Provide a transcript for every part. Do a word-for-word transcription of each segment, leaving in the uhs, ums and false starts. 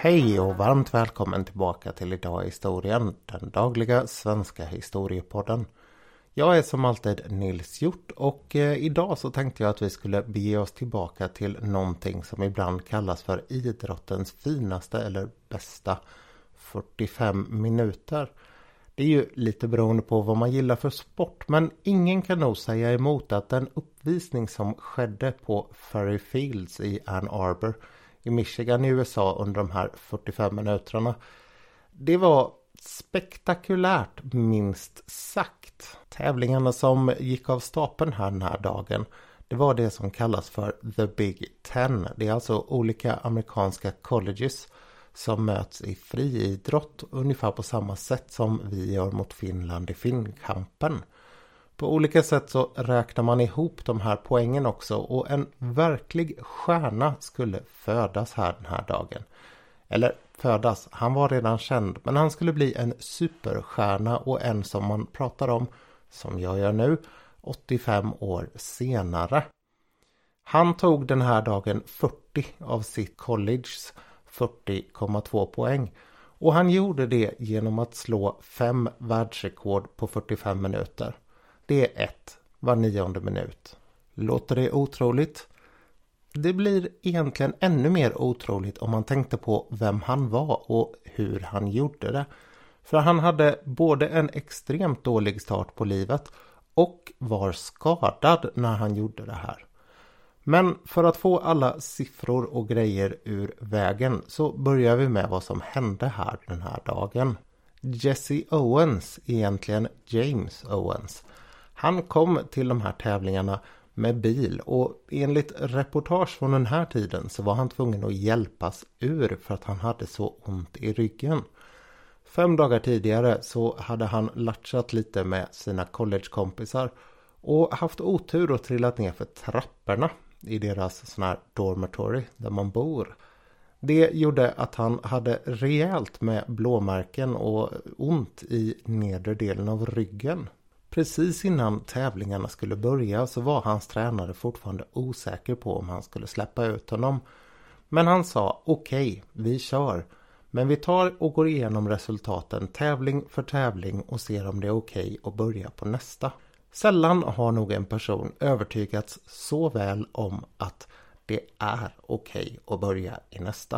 Hej och varmt välkommen tillbaka till Idag i historien, den dagliga svenska historiepodden. Jag är som alltid Nils Hjort och eh, idag så tänkte jag att vi skulle bege oss tillbaka till någonting som ibland kallas för idrottens finaste eller bästa fyrtiofem minuter. Det är ju lite beroende på vad man gillar för sport, men ingen kan nog säga emot att den uppvisning som skedde på Ferry Fields i Ann Arbor i Michigan i U S A under de här fyrtiofem minuterna, det var spektakulärt minst sagt. Tävlingarna som gick av stapeln här den här dagen, det var det som kallas för The Big Ten. Det är alltså olika amerikanska colleges som möts i friidrott ungefär på samma sätt som vi gör mot Finland i Finnkampen. På olika sätt så räknar man ihop de här poängen också, och en verklig stjärna skulle födas här den här dagen. Eller födas, han var redan känd, men han skulle bli en superstjärna och en som man pratar om, som jag gör nu, åttiofem år senare. Han tog den här dagen fyrtio av sitt colleges fyrtio komma två poäng. Och han gjorde det genom att slå fem världsrekord på fyrtiofem minuter. Det är ett var nionde minut. Låter det otroligt? Det blir egentligen ännu mer otroligt om man tänkte på vem han var och hur han gjorde det. För han hade både en extremt dålig start på livet och var skadad när han gjorde det här. Men för att få alla siffror och grejer ur vägen så börjar vi med vad som hände här den här dagen. Jesse Owens, egentligen James Owens, han kom till de här tävlingarna med bil, och enligt reportage från den här tiden så var han tvungen att hjälpas ur för att han hade så ont i ryggen. Fem dagar tidigare så hade han latchat lite med sina collegekompisar och haft otur och trillat ner för trapporna i deras sån här dormitory där man bor. Det gjorde att han hade rejält med blåmärken och ont i nedre delen av ryggen. Precis innan tävlingarna skulle börja så var hans tränare fortfarande osäker på om han skulle släppa ut honom. Men han sa okej, okay, vi kör. Men vi tar och går igenom resultaten tävling för tävling och ser om det är okej okay att börja på nästa. Sällan har nog en person övertygats så väl om att det är okej okay att börja i nästa.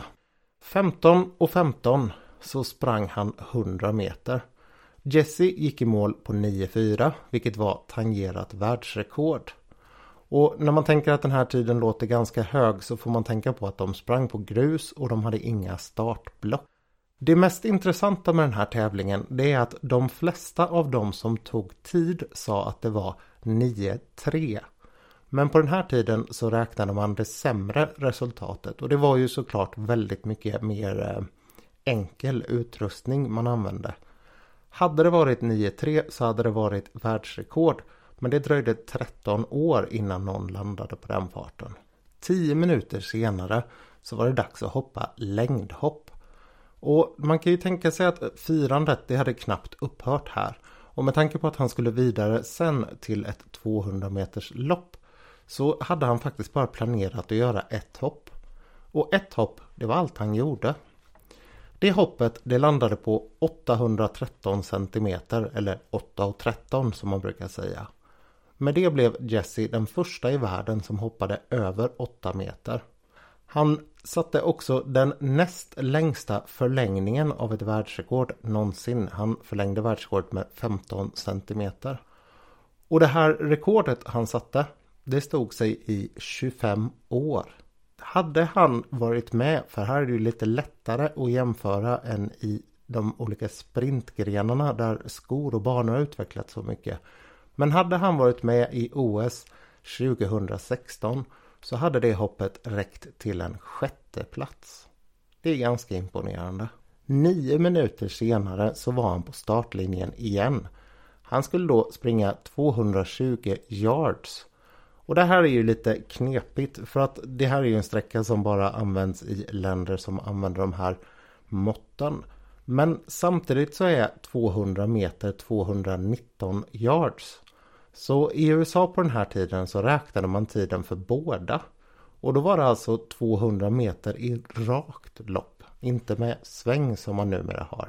femton och femton så sprang han hundra meter. Jesse gick i mål på nio fyra, vilket var tangerat världsrekord. Och när man tänker att den här tiden låter ganska hög så får man tänka på att de sprang på grus och de hade inga startblock. Det mest intressanta med den här tävlingen, det är att de flesta av dem som tog tid sa att det var nio tre. Men på den här tiden så räknade man det sämre resultatet, och det var ju såklart väldigt mycket mer enkel utrustning man använde. Hade det varit nio tre så hade det varit världsrekord, men det dröjde tretton år innan någon landade på den farten. tio minuter senare så var det dags att hoppa längdhopp. Och man kan ju tänka sig att firandet det hade knappt upphört här. Och med tanke på att han skulle vidare sen till ett tvåhundra meters lopp så hade han faktiskt bara planerat att göra ett hopp. Och ett hopp, det var allt han gjorde. Det hoppet det landade på åttahundratretton centimeter, eller åtta tretton som man brukar säga. Med det blev Jesse den första i världen som hoppade över åtta meter. Han satte också den näst längsta förlängningen av ett världsrekord någonsin. Han förlängde världsrekordet med femton centimeter. Och det här rekordet han satte, det stod sig i tjugofem år. Hade han varit med, för här är det ju lite lättare att jämföra än i de olika sprintgrenarna där skor och banor har utvecklats så mycket. Men hade han varit med i O S tjugohundrasexton så hade det hoppet räckt till en sjätte plats. Det är ganska imponerande. Nio minuter senare så var han på startlinjen igen. Han skulle då springa tvåhundratjugo yards. Och det här är ju lite knepigt, för att det här är ju en sträcka som bara används i länder som använder de här måtten. Men samtidigt så är tvåhundra meter tvåhundranitton yards. Så i U S A på den här tiden så räknade man tiden för båda. Och då var det alltså tvåhundra meter i rakt lopp. inte med sväng som man numera har.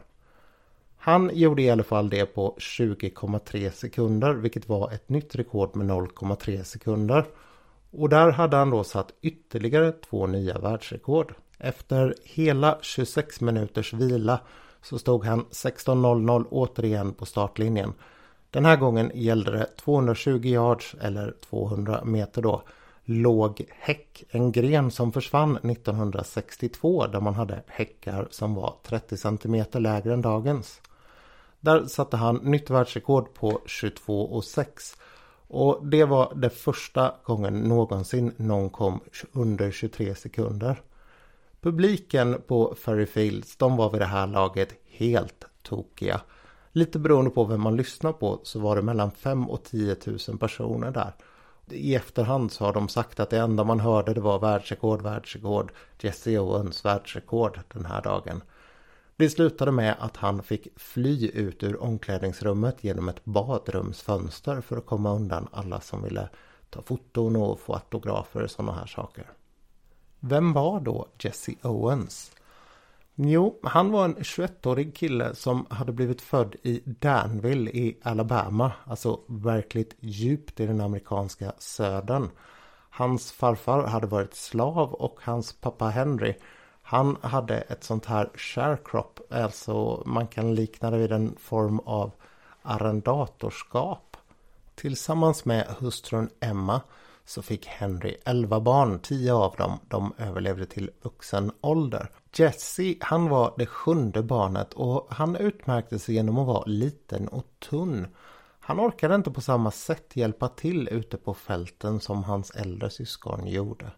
Han gjorde i alla fall det på tjugo komma tre sekunder, vilket var ett nytt rekord med noll komma tre sekunder. Och där hade han då satt ytterligare två nya världsrekord. Efter hela tjugosex minuters vila så stod han sexton noll noll återigen på startlinjen. Den här gången gällde det tvåhundratjugo yards eller tvåhundra meter då. Låg häck, en gren som försvann nittonhundrasextiotvå där man hade häckar som var trettio centimeter lägre än dagens. Där satte han nytt världsrekord på tjugotvå och sex. Och det var det första gången någonsin någon kom under tjugotre sekunder. Publiken på Ferry Fields, de var vid det här laget helt tokiga. Lite beroende på vem man lyssnar på så var det mellan fem och tio tusen personer där. I efterhand så har de sagt att det enda man hörde det var världsrekord, världsrekord, Jesse Owens världsrekord den här dagen. Det slutade med att han fick fly ut ur omklädningsrummet genom ett badrumsfönster för att komma undan alla som ville ta foton och få autografer och sådana här saker. Vem var då Jesse Owens? Jo, han var en tjugoettårig kille som hade blivit född i Danville i Alabama, alltså verkligt djupt i den amerikanska södern. Hans farfar hade varit slav och hans pappa Henry, han hade ett sånt här sharecrop, alltså man kan likna det vid en form av arrendatorskap. Tillsammans med hustrun Emma så fick Henry elva barn, tio av dem de överlevde till vuxen ålder. Jesse, han var det sjunde barnet och han utmärkte sig genom att vara liten och tunn. Han orkade inte på samma sätt hjälpa till ute på fälten som hans äldre syskon gjorde.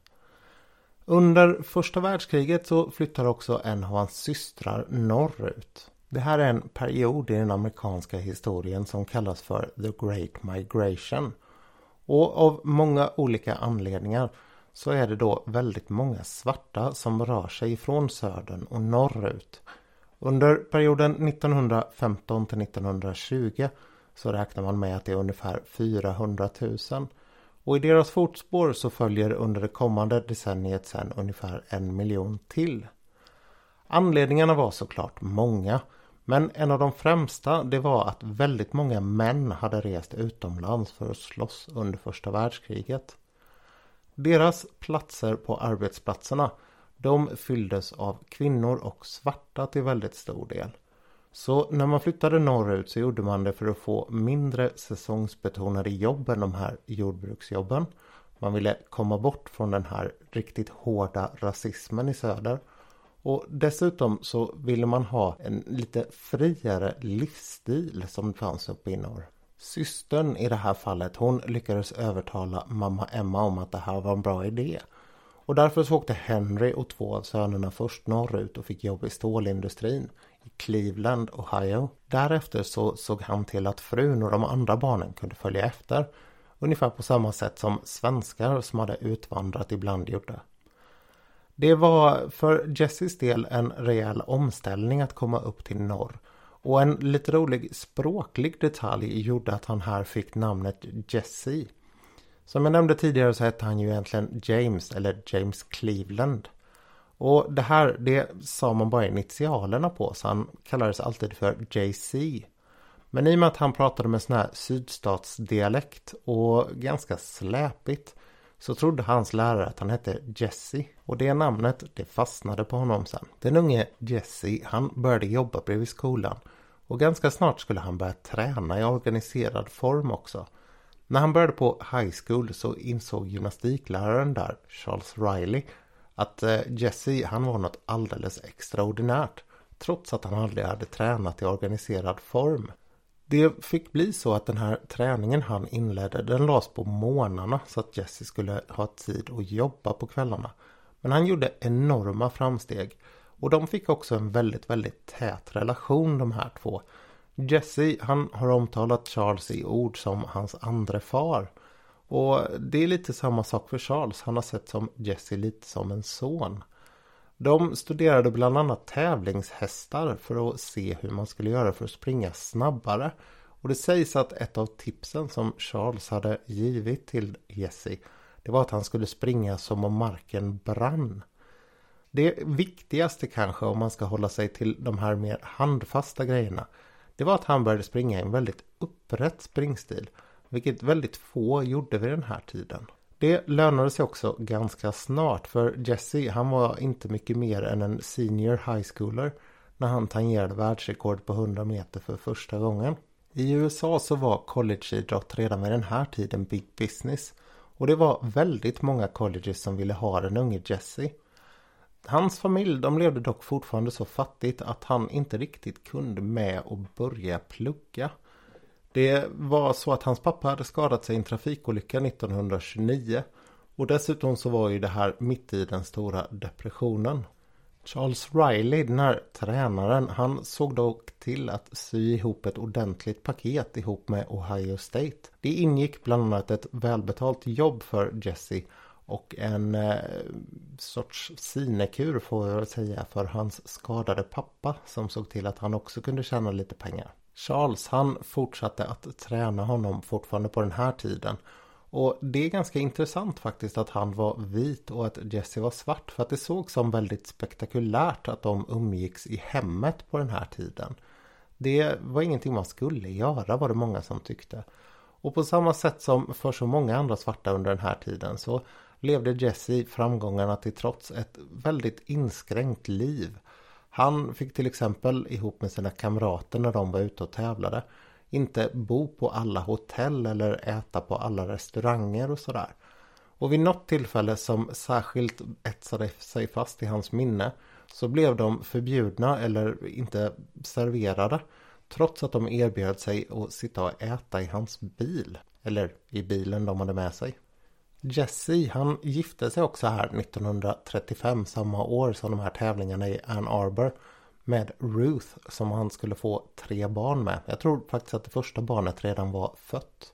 Under första världskriget så flyttade också en av hans systrar norrut. Det här är en period i den amerikanska historien som kallas för The Great Migration. Och av många olika anledningar så är det då väldigt många svarta som rör sig från södern och norrut. Under perioden nittonhundrafemton till nittonhundratjugo så räknar man med att det är ungefär fyrahundratusen. Och i deras fotspår så följer under det kommande decenniet sedan ungefär en miljon till. Anledningarna var såklart många. Men en av de främsta det var att väldigt många män hade rest utomlands för att slåss under första världskriget. Deras platser på arbetsplatserna de fylldes av kvinnor och svarta till väldigt stor del. Så när man flyttade norrut så gjorde man det för att få mindre säsongsbetonade jobb än de här jordbruksjobben. Man ville komma bort från den här riktigt hårda rasismen i söder. Och dessutom så ville man ha en lite friare livsstil som fanns uppe i norr. Systern i det här fallet, hon lyckades övertala mamma Emma om att det här var en bra idé. Och därför så åkte Henry och två av sönerna först norrut och fick jobb i stålindustrin i Cleveland, Ohio. Därefter så såg han till att frun och de andra barnen kunde följa efter. Ungefär på samma sätt som svenskar som hade utvandrat ibland gjorde. Det var för Jesses del en rejäl omställning att komma upp till norr. Och en lite rolig språklig detalj gjorde att han här fick namnet Jesse. Som jag nämnde tidigare så hette han ju egentligen James eller James Cleveland. Och det här det sa man bara initialerna på så han kallades alltid för J C. Men i och med att han pratade med sån här sydstatsdialekt och ganska släpigt så trodde hans lärare att han hette Jesse. Och det namnet det fastnade på honom sen. Den unge Jesse han började jobba bredvid skolan. Och ganska snart skulle han börja träna i organiserad form också. När han började på high school så insåg gymnastikläraren där, Charles Riley, att Jesse han var något alldeles extraordinärt. Trots att han aldrig hade tränat i organiserad form. Det fick bli så att den här träningen han inledde, den lades på morgnarna så att Jesse skulle ha tid att jobba på kvällarna. Men han gjorde enorma framsteg och de fick också en väldigt, väldigt tät relation de här två. Jesse han har omtalat Charles i ord som hans andra far. Och det är lite samma sak för Charles, han har sett som Jesse lite som en son. De studerade bland annat tävlingshästar för att se hur man skulle göra för att springa snabbare. Och det sägs att ett av tipsen som Charles hade givit till Jesse, det var att han skulle springa som om marken brann. Det viktigaste kanske, om man ska hålla sig till de här mer handfasta grejerna, det var att han började springa i en väldigt upprätt springstil, vilket väldigt få gjorde vid den här tiden. Det lönade sig också ganska snart, för Jesse, han var inte mycket mer än en senior high schooler när han tangerade världsrekord på hundra meter för första gången. I U S A så var collegeidrott redan vid den här tiden big business, och det var väldigt många colleges som ville ha den unge Jesse. Hans familj, de levde dock fortfarande så fattigt att han inte riktigt kunde med och börja plugga. Det var så att hans pappa hade skadat sig i en trafikolycka nittonhundratjugonio, och dessutom så var ju det här mitt i den stora depressionen. Charles Riley, den här tränaren, han såg dock till att sy ihop ett ordentligt paket ihop med Ohio State. Det ingick bland annat ett välbetalt jobb för Jesse och en eh, sorts sinekur, får jag säga, för hans skadade pappa, som såg till att han också kunde tjäna lite pengar. Charles, han fortsatte att träna honom fortfarande på den här tiden. Och det är ganska intressant faktiskt att han var vit och att Jesse var svart, för att det såg som väldigt spektakulärt att de umgicks i hemmet på den här tiden. Det var ingenting man skulle göra, var det många som tyckte. Och på samma sätt som för så många andra svarta under den här tiden så levde Jesse framgångarna till trots ett väldigt inskränkt liv. Han fick till exempel ihop med sina kamrater när de var ute och tävlade inte bo på alla hotell eller äta på alla restauranger och sådär. Och vid något tillfälle som särskilt etsade sig fast i hans minne så blev de förbjudna eller inte serverade, trots att de erbjöd sig att sitta och äta i hans bil, eller i bilen de hade med sig. Jesse, han gifte sig också här nittonhundratrettiofem, samma år som de här tävlingarna i Ann Arbor, med Ruth, som han skulle få tre barn med. Jag tror faktiskt att det första barnet redan var fött.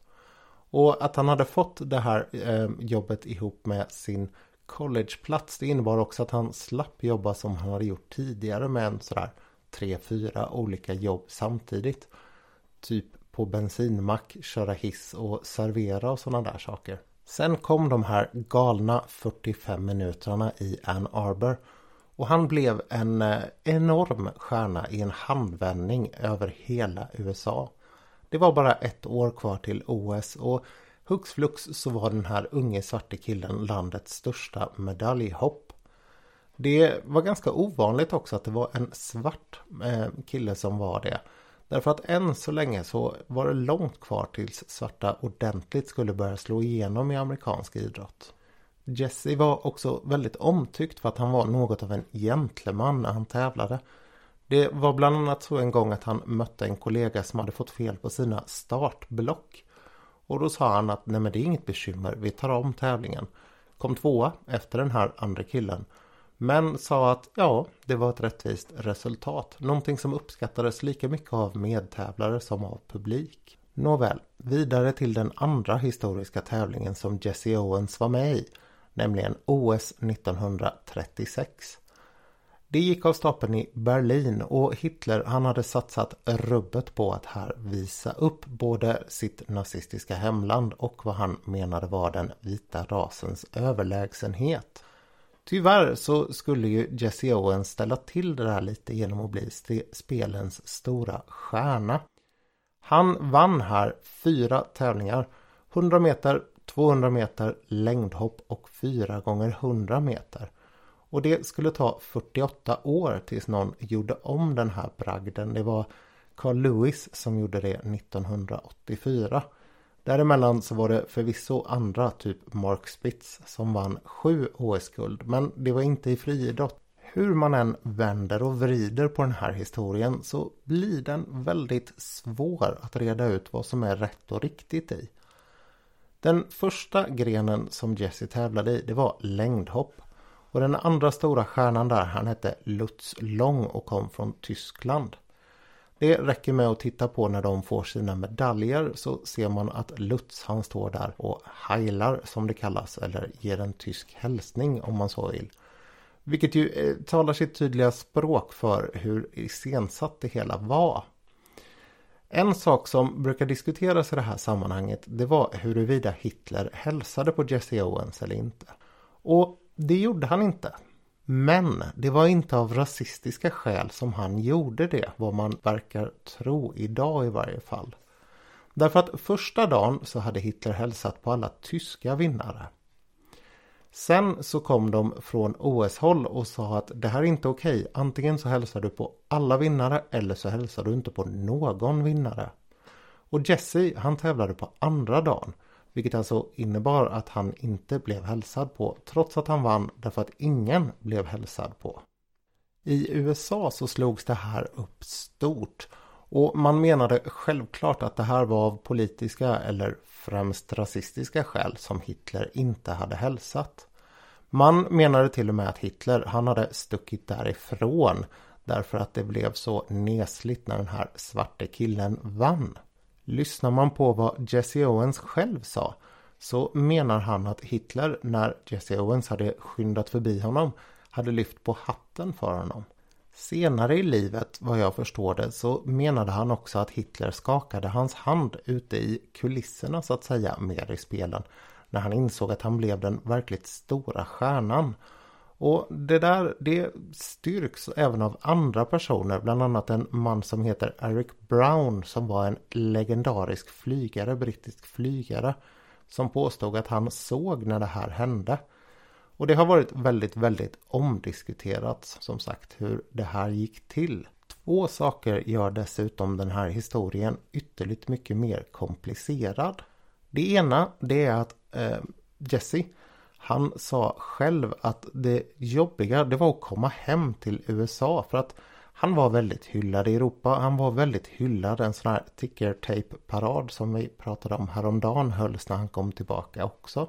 Och att han hade fått det här eh, jobbet ihop med sin collegeplats, det innebar också att han slapp jobba som han hade gjort tidigare med en sådär tre, fyra olika jobb samtidigt. Typ på bensinmack, köra hiss och servera och sådana där saker. Sen kom de här galna fyrtiofem minuterna i Ann Arbor. Och han blev en enorm stjärna i en handvändning över hela U S A. Det var bara ett år kvar till O S och hux flux så var den här unge svarte killen landets största medaljhopp. Det var ganska ovanligt också att det var en svart kille som var det. Därför att än så länge så var det långt kvar tills svarta ordentligt skulle börja slå igenom i amerikansk idrott. Jesse var också väldigt omtyckt för att han var något av en gentleman när han tävlade. Det var bland annat så en gång att han mötte en kollega som hade fått fel på sina startblock. Och då sa han att nej, men det är inget bekymmer, vi tar om tävlingen. Kom tvåa efter den här andra killen. Men sa att ja, det var ett rättvist resultat. Någonting som uppskattades lika mycket av medtävlare som av publik. Nåväl, vidare till den andra historiska tävlingen som Jesse Owens var med i. Nämligen O S nittonhundratrettiosex. Det gick av stapeln i Berlin och Hitler, han hade satsat rubbet på att här visa upp både sitt nazistiska hemland och vad han menade var den vita rasens överlägsenhet. Tyvärr så skulle ju Jesse Owens ställa till det där lite genom att bli spelens stora stjärna. Han vann här fyra tävlingar, hundra meter, tvåhundra meter, längdhopp och fyra gånger hundra meter. Och det skulle ta fyrtioåtta år tills någon gjorde om den här bragden. Det var Carl Lewis som gjorde det nittonhundraåttiofyra. Däremellan så var det förvisso andra, typ Mark Spitz, som vann sju O S-guld. Men det var inte i friidrott. Hur man än vänder och vrider på den här historien så blir den väldigt svår att reda ut vad som är rätt och riktigt i. Den första grenen som Jesse tävlade i, det var längdhopp. Och den andra stora stjärnan där, han hette Lutz Long och kom från Tyskland. Det räcker med att titta på när de får sina medaljer, så ser man att Lutz, han står där och heilar som det kallas, eller ger en tysk hälsning om man så vill. Vilket ju eh, talar sitt tydliga språk för hur iscensatt det hela var. En sak som brukar diskuteras i det här sammanhanget, det var huruvida Hitler hälsade på Jesse Owens eller inte. Och det gjorde han inte. Men det var inte av rasistiska skäl som han gjorde det, vad man verkar tro idag i varje fall. Därför att första dagen så hade Hitler hälsat på alla tyska vinnare. Sen så kom de från O S-håll och sa att det här är inte okej. Antingen så hälsar du på alla vinnare eller så hälsar du inte på någon vinnare. Och Jesse, han tävlade på andra dagen. Vilket alltså innebar att han inte blev hälsad på trots att han vann därför att ingen blev hälsad på. I U S A så slogs det här upp stort. Och man menade självklart att det här var av politiska eller främst rasistiska skäl som Hitler inte hade hälsat. Man menade till och med att Hitler, han hade stuckit därifrån därför att det blev så nesligt när den här svarte killen vann. Lyssnar man på vad Jesse Owens själv sa så menar han att Hitler, när Jesse Owens hade skyndat förbi honom, hade lyft på hatten för honom. Senare i livet, vad jag förstår det, så menade han också att Hitler skakade hans hand ute i kulisserna så att säga mer i spelen. När han insåg att han blev den verkligt stora stjärnan. Och det där, det styrks även av andra personer, bland annat en man som heter Eric Brown som var en legendarisk flygare, brittisk flygare, som påstod att han såg när det här hände. Och det har varit väldigt, väldigt omdiskuterat som sagt hur det här gick till. Två saker gör dessutom den här historien ytterligt mycket mer komplicerad. Det ena, det är att eh, Jesse, han sa själv att det jobbiga det var att komma hem till U S A för att han var väldigt hyllad i Europa. Han var väldigt hyllad, en sån här ticker tape parad som vi pratade om häromdagen hölls när han kom tillbaka också.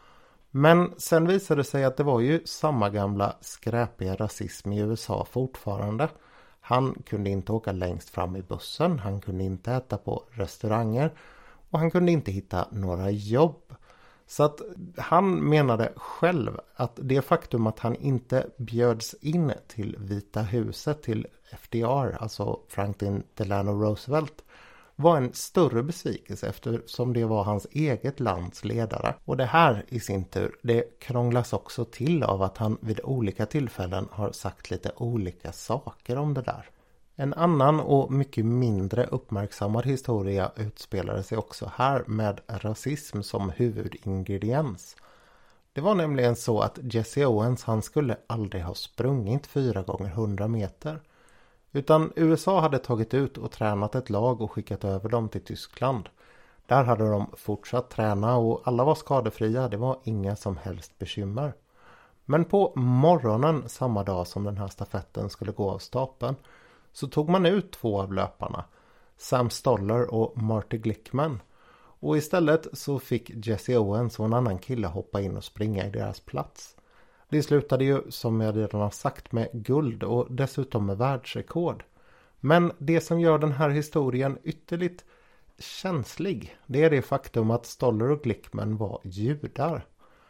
Men sen visade det sig att det var ju samma gamla skräpiga rasism i U S A fortfarande. Han kunde inte åka längst fram i bussen, han kunde inte äta på restauranger och han kunde inte hitta några jobb. Så att han menade själv att det faktum att han inte bjöds in till Vita huset till F D R, alltså Franklin Delano Roosevelt, var en större besvikelse eftersom det var hans eget lands ledare. Och det här i sin tur, det krånglas också till av att han vid olika tillfällen har sagt lite olika saker om det där. En annan och mycket mindre uppmärksammad historia utspelade sig också här med rasism som huvudingrediens. Det var nämligen så att Jesse Owens, han skulle aldrig ha sprungit fyra gånger hundra meter. Utan U S A hade tagit ut och tränat ett lag och skickat över dem till Tyskland. Där hade de fortsatt träna och alla var skadefria, det var inga som helst bekymmer. Men på morgonen samma dag som den här stafetten skulle gå av stapeln så tog man ut två av löparna, Sam Stoller och Marty Glickman. Och istället så fick Jesse Owens och en annan kille hoppa in och springa i deras plats. Det slutade ju som jag redan har sagt med guld och dessutom med världsrekord. Men det som gör den här historien ytterligt känslig, det är det faktum att Stoller och Glickman var judar.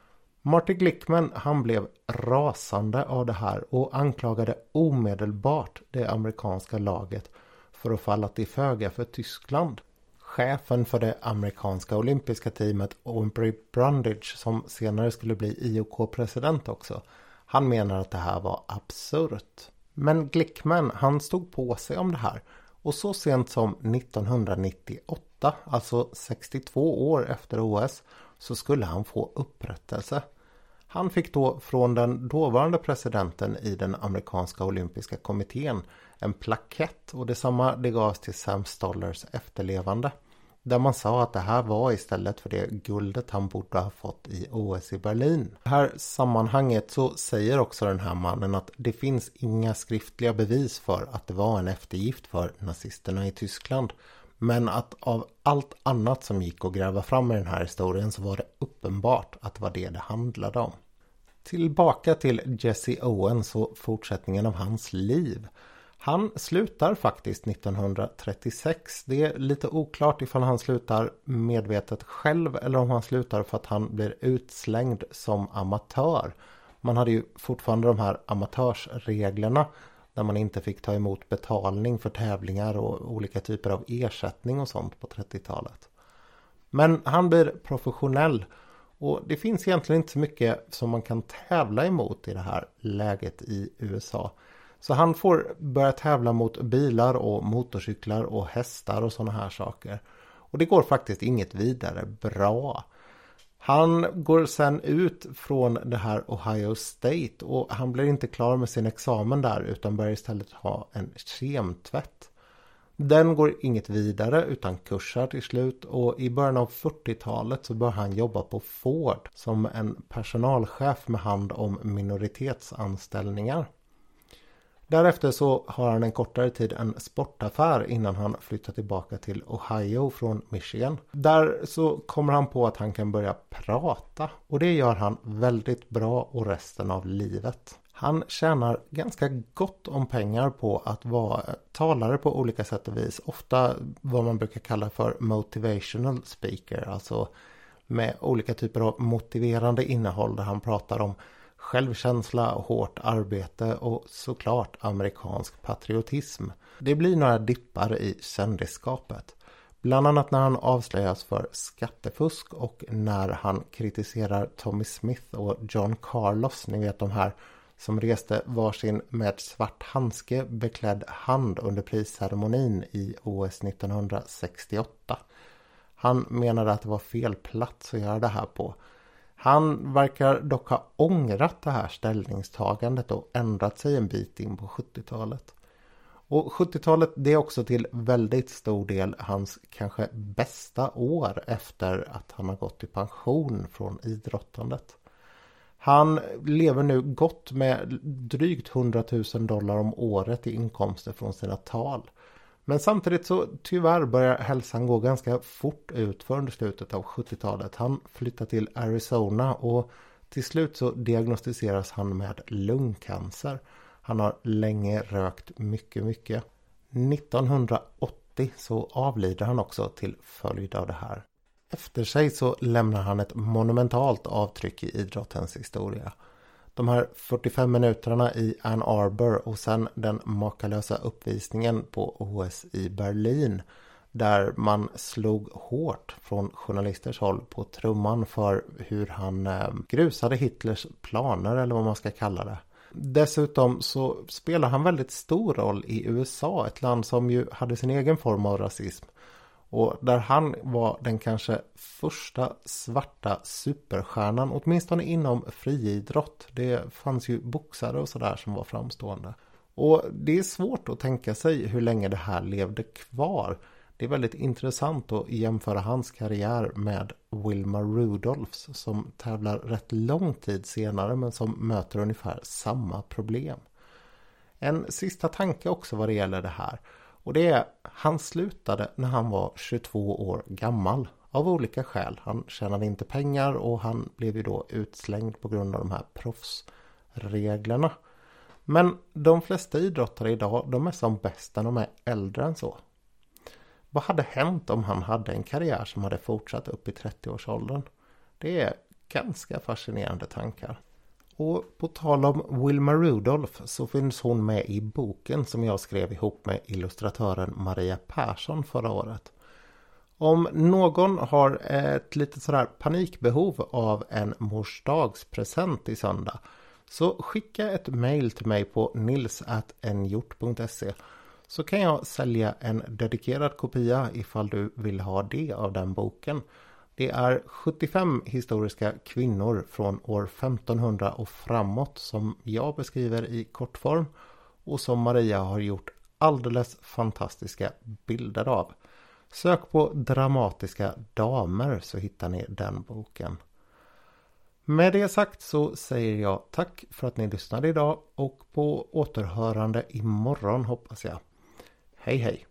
Marty Glickman, han blev rasande av det här och anklagade omedelbart det amerikanska laget för att falla till föga för Tyskland. Chefen för det amerikanska olympiska teamet, Aubrey Brundage, som senare skulle bli I O K-president också, han menar att det här var absurt. Men Glickman, han stod på sig om det här och så sent som nittonhundranittioåtta, alltså sextiotvå år efter O S, så skulle han få upprättelse. Han fick då från den dåvarande presidenten i den amerikanska olympiska kommittén en plakett och detsamma det gavs till Sam Stollers efterlevande. Där man sa att det här var istället för det guldet han borde ha fått i O S i Berlin. I det här sammanhanget så säger också den här mannen att det finns inga skriftliga bevis för att det var en eftergift för nazisterna i Tyskland. Men att av allt annat som gick att gräva fram i den här historien så var det uppenbart att det var det det handlade om. Tillbaka till Jesse Owens och fortsättningen av hans liv. Han slutar faktiskt nittonhundratrettiosex. Det är lite oklart ifall han slutar medvetet själv eller om han slutar för att han blir utslängd som amatör. Man hade ju fortfarande de här amatörsreglerna där man inte fick ta emot betalning för tävlingar och olika typer av ersättning och sånt på trettiotalet. Men han blir professionell Och det finns egentligen inte så mycket som man kan tävla emot i det här läget i U S A. Så han får börja tävla mot bilar och motorcyklar och hästar och sådana här saker. Och det går faktiskt inget vidare bra. Han går sen ut från det här Ohio State och han blir inte klar med sin examen där utan börjar istället ha en kemtvätt. Den går inget vidare utan kursar till slut och i början av fyrtiotalet så börjar han jobba på Ford som en personalchef med hand om minoritetsanställningar. Därefter så har han en kortare tid en sportaffär innan han flyttar tillbaka till Ohio från Michigan. Där så kommer han på att han kan börja prata och det gör han väldigt bra och resten av livet. Han tjänar ganska gott om pengar på att vara talare på olika sätt och vis. Ofta vad man brukar kalla för motivational speaker. Alltså med olika typer av motiverande innehåll där han pratar om självkänsla, hårt arbete och såklart amerikansk patriotism. Det blir några dippar i kändisskapet. Bland annat när han avslöjas för skattefusk och när han kritiserar Tommy Smith och John Carlos. Ni vet de här som reste varsin med svart handske beklädd hand under prisceremonin i O S nittonhundrasextioåtta. Han menade att det var fel plats att göra det här på. Han verkar dock ha ångrat det här ställningstagandet och ändrat sig en bit in på sjuttiotalet. Och sjuttiotalet det är också till väldigt stor del hans kanske bästa år efter att han har gått i pension från idrottandet. Han lever nu gott med drygt hundratusen dollar om året i inkomster från sina tal. Men samtidigt så tyvärr börjar hälsan gå ganska fort ut för under slutet av sjuttiotalet. Han flyttar till Arizona och till slut så diagnostiseras han med lungcancer. Han har länge rökt mycket, mycket. nittonhundraåttio så avlider han också till följd av det här. Efter sig så lämnar han ett monumentalt avtryck i idrottens historia. De här fyrtiofem minuterna i Ann Arbor och sen den makalösa uppvisningen på O S i Berlin där man slog hårt från journalisters håll på trumman för hur han grusade Hitlers planer eller vad man ska kalla det. Dessutom så spelar han väldigt stor roll i U S A, ett land som ju hade sin egen form av rasism. Och där han var den kanske första svarta superstjärnan, åtminstone inom friidrott. Det fanns ju boxare och sådär som var framstående. Och det är svårt att tänka sig hur länge det här levde kvar. Det är väldigt intressant att jämföra hans karriär med Wilma Rudolphs som tävlar rätt lång tid senare men som möter ungefär samma problem. En sista tanke också vad det gäller det här. Och det är, han slutade när han var tjugotvå år gammal av olika skäl. Han tjänade inte pengar och han blev ju då utslängd på grund av de här proffsreglerna. Men de flesta idrottare idag, de är som bäst när de är äldre än så. Vad hade hänt om han hade en karriär som hade fortsatt upp i trettioårsåldern? Det är ganska fascinerande tankar. Och på tal om Wilma Rudolph så finns hon med i boken som jag skrev ihop med illustratören Maria Persson förra året. Om någon har ett litet sådär panikbehov av en morsdagspresent i söndag så skicka ett mejl till mig på nils at n hjort punkt se så kan jag sälja en dedikerad kopia ifall du vill ha det av den boken. Det är sjuttiofem historiska kvinnor från år femtonhundra och framåt som jag beskriver i kortform och som Maria har gjort alldeles fantastiska bilder av. Sök på dramatiska damer så hittar ni den boken. Med det sagt så säger jag tack för att ni lyssnade idag och på återhörande imorgon hoppas jag. Hej hej!